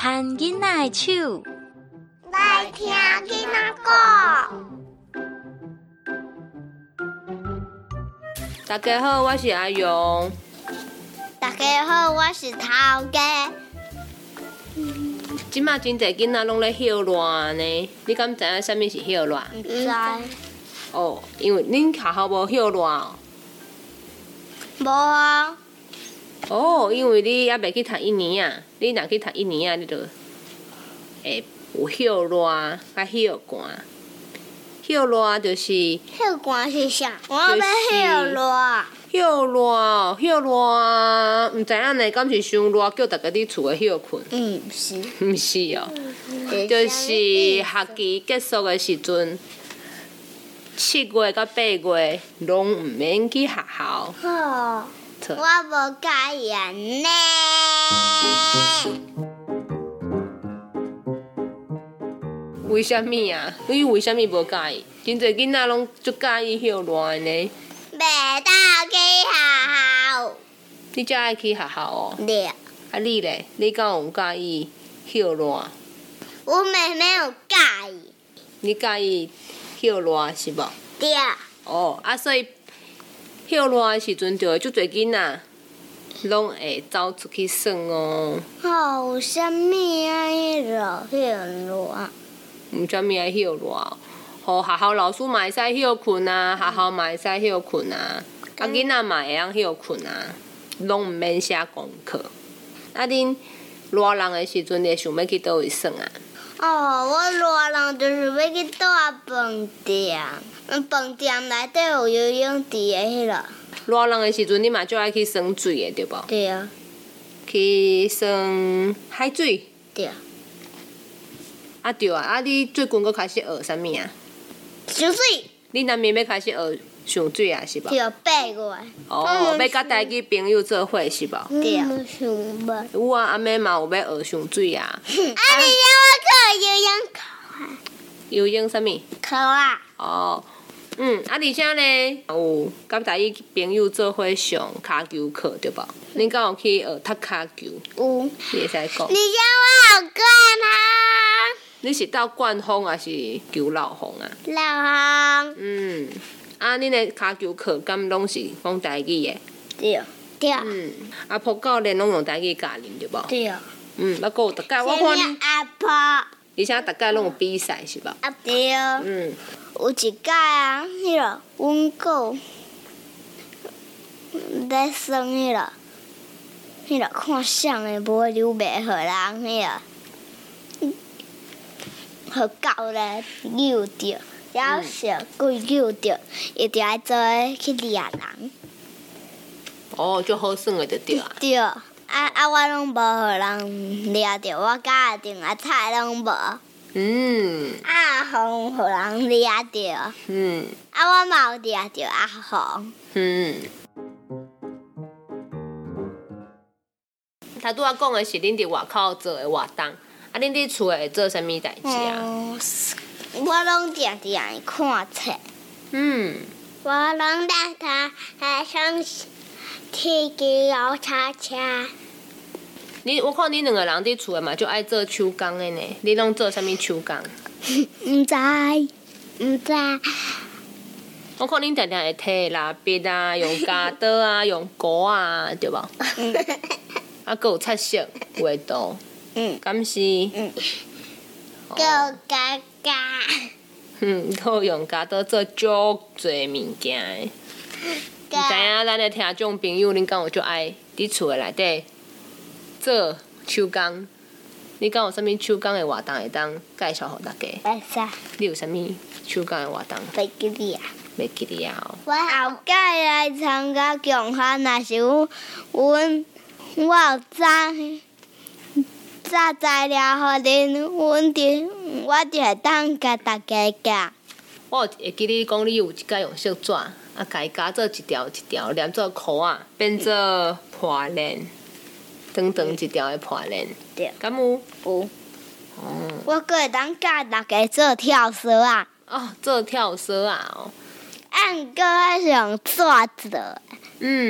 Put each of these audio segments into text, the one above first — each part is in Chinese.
牵囡仔的手， 来听囡仔讲。 大家好，我是阿勇。 大家好，我是头家。 即马真侪囡仔拢咧歇热呢，你敢知影啥物是歇热？ 唔知。 哦，因为恁学校无歇热哦。 无啊。 哦，因为你还袂去读一年啊，你若去读一年啊，你就会有歇热甲歇寒。歇热就是。 歇寒是啥？我要歇热。 歇热，毋知影呢，敢是伤热，叫大家伫厝诶歇困？ 毋是。 毋是哦，就是学期结束诶时阵，7月到8月拢毋免去学校。 好，我无介意安尼。 为虾米啊？你为虾米无介意？真侪囡仔拢足介意歇热诶呢。 袂当去学校。 你才爱去学校哦？ 对。 啊你咧？你敢有介意歇热？ 我妹妹有介意。 你介意歇热是无？ 对。 哦，啊所以歇热诶时阵，就会足侪囡仔拢会走出去耍哦。 哦，有啥物啊？歇热。 毋啥物爱歇热。互学校老师嘛会使歇困啊，学校嘛会使歇困啊，啊囡仔嘛会晓歇困啊，拢毋免写功课。啊恁热人诶时阵，你会想要去倒位耍啊？ 哦，我热人就是要去倒饭店，饭店内底有游泳池的迄落。 热人诶时阵，你嘛最爱去耍水诶，对无？ 对啊。 去耍海水。 对。 啊对啊，啊你最近佫开始学啥物啊？ 上水。 你若明要开始学上水啊，是无？ 对，8月。 哦，要甲家己朋友做伙是无？ 对。 有啊，阿妹嘛有要学上水啊。 啊，你让我去游泳课啊？ 游泳啥物？ 课啊。 哦，啊，而且呢，有甲家己朋友做伙上骹球课，对无？恁敢有去学踢骹球？ 有。 你会使讲。 你让我有管啊？ 你是斗灌风还是球老风啊？ 老风。啊，恁的骹球课敢拢是讲台语的？ 对。对。 啊，朴教练拢用台语教恁，对无？ 对。 啊，搁有逐届我看恁。 阿婆。 而且逐届拢有比赛是无？ 啊对。有一届啊，迄落阮哥咧耍迄落看谁的无溜袂互人迄落。互教练救着，了小鬼救着，伊就爱做去掠人。 哦，足好耍的就对啊。 对，我拢无互人掠着，我甲定阿菜拢无。互人掠着。我嘛有掠着阿红。 他拄仔讲的是恁伫外口做的活动。啊，恁伫厝会做啥物代志啊？ 我拢定定会看册。我拢带他来上铁脚车车。 我看恁两个人伫厝的嘛，就爱做手工的呢。你拢做啥物手工？ 毋知。 我看恁定定会摕蜡笔啊，用夹刀啊，用钩啊，对无？啊，搁有擦色画图。敢是？ 叫嘎嘎。 搁用夹刀做足侪物件的。毋知影咱的听众朋友，恁敢有足爱伫厝的内底做手工？你敢有啥物手工的活动会当介绍互大家？ 会使。 你有啥物手工的活动？ 袂记哩啊。 袂记哩啊。 我后届来参加强项，若是我有炸材料互恁，我就会当甲大家教。 我会记你讲，你有一届用锡纸，啊，家夹做一条一条，连做箍仔，变做破链，长长一条的破链。 对。 敢有？ 有。我阁会当教大家做跳绳啊。 哦，做跳绳啊！哦。 毋过我是用纸做的。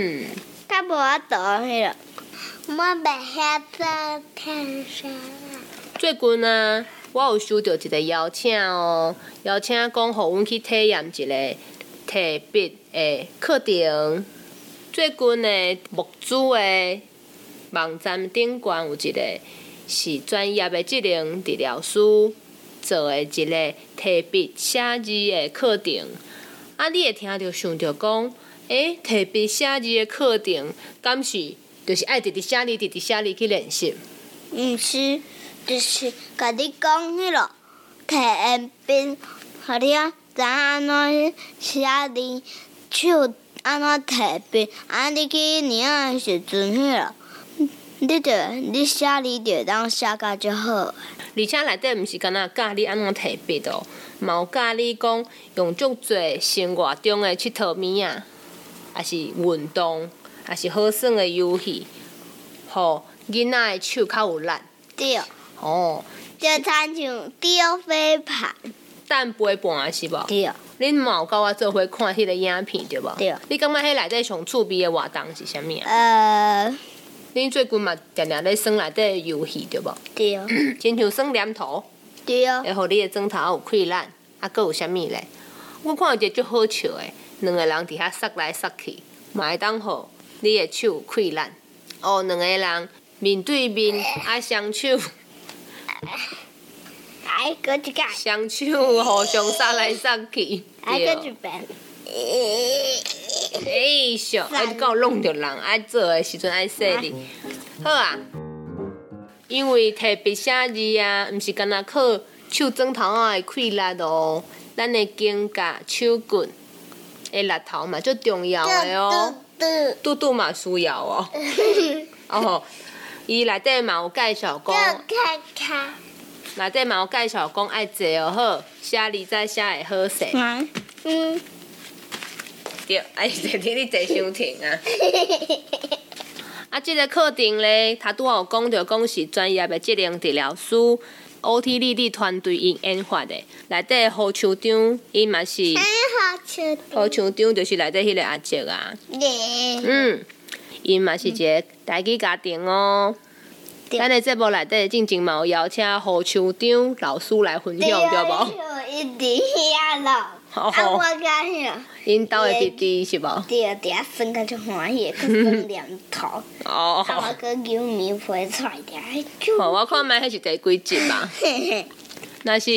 较无法度迄落。我袂晓做跳绳。 最近啊，我有收到一个邀请哦，邀请讲，互阮去体验一个提笔的课程。最近的木子的网站顶悬有一个是专业的职能治疗师做的一个提笔写字的课程。啊，你会听着想着讲，提笔写字的课程，敢是就是爱直直写字、直直写字去练习？ 毋是，就是甲你讲迄落提鉛笔，互你知安怎写字，手安怎提笔，你去领的时阵迄落，你写字就会当写甲足好。 而且内底毋是干那教你安怎提笔哦，嘛有教你讲用足侪生活中的佚佗物仔，也是运动，也是好耍的游戏，互囡仔的手较有力。 对。 哦。 就亲像吊飞盘。 弹飞盘是无？ 对。 恁嘛有甲我做伙看迄个影片对无？ 对。 你感觉迄内底上趣味的活动是啥物啊？恁最近嘛定定咧耍内底的游戏对无？ 对。 亲像耍黏土。 对。 会互你的指头有开力，佫有啥物咧？我看有一个足好笑的，两个人伫遐塞来塞去，嘛会当互你的手有开力。两个人面对面，双手。 搁一个。 双手互相塞来塞去。 搁一遍。 上，敢有弄着人，爱做的时阵爱说你。好啊，因为提笔写字啊，毋是干那靠手指头仔的开力哦，咱的颈胛、手骨的力头嘛足重要的哦。拄拄嘛需要哦。哦，伊内底嘛有介绍讲。内底嘛有介绍讲爱坐好，写字才写会好势。对，坐伫你坐伤停啊。即个课程咧，他拄好有讲着讲是专业的职能治疗师OT 丽丽团队因研发的，内底好厂长伊嘛是。好厂长就是内底迄个阿姐啊。因嘛是一个台语家庭哦。咱的节目内底进前嘛有邀请好厂长老师来分享，对无？ 一直遐咯。我甲遐。 因兜的弟弟是无？ 对，伫遐耍甲足欢喜，佮耍黏土。我佮牛面皮出来遐。 我看卖迄是第几集嘛？若是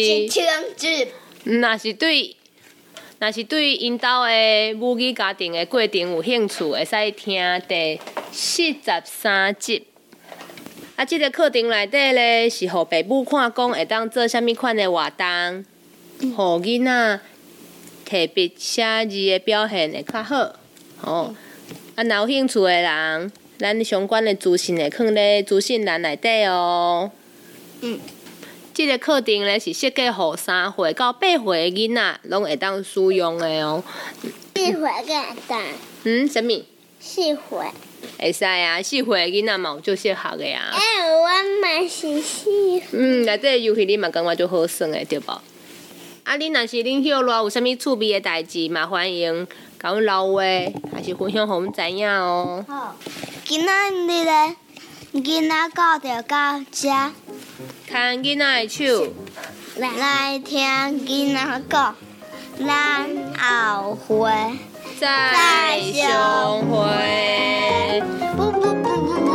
对因兜的母语家庭的过程有兴趣，会使听第43集。即个课程内底咧是互爸母看讲会当做啥物款的活动，互囡仔提笔写字的表现会较好。若有兴趣的人，咱相关的资讯会放咧资讯栏内底哦。即个课程咧是设计互3岁到8岁的囡仔拢会当使用的哦。 4岁敢会当？ 啥物 ？4岁。 会使啊，4岁的囡仔嘛有足适合的啊。 我嘛是4岁。 内底游戏你嘛感觉足好耍的，对无？恁若是恁歇落有啥物趣味的代志，嘛欢迎甲阮留话，还是分享互阮知影哦。 好，今仔日咧，囡仔教着到遮。 牵囡仔的手， 来听囡仔讲，咱后会再相会。 不不不不不。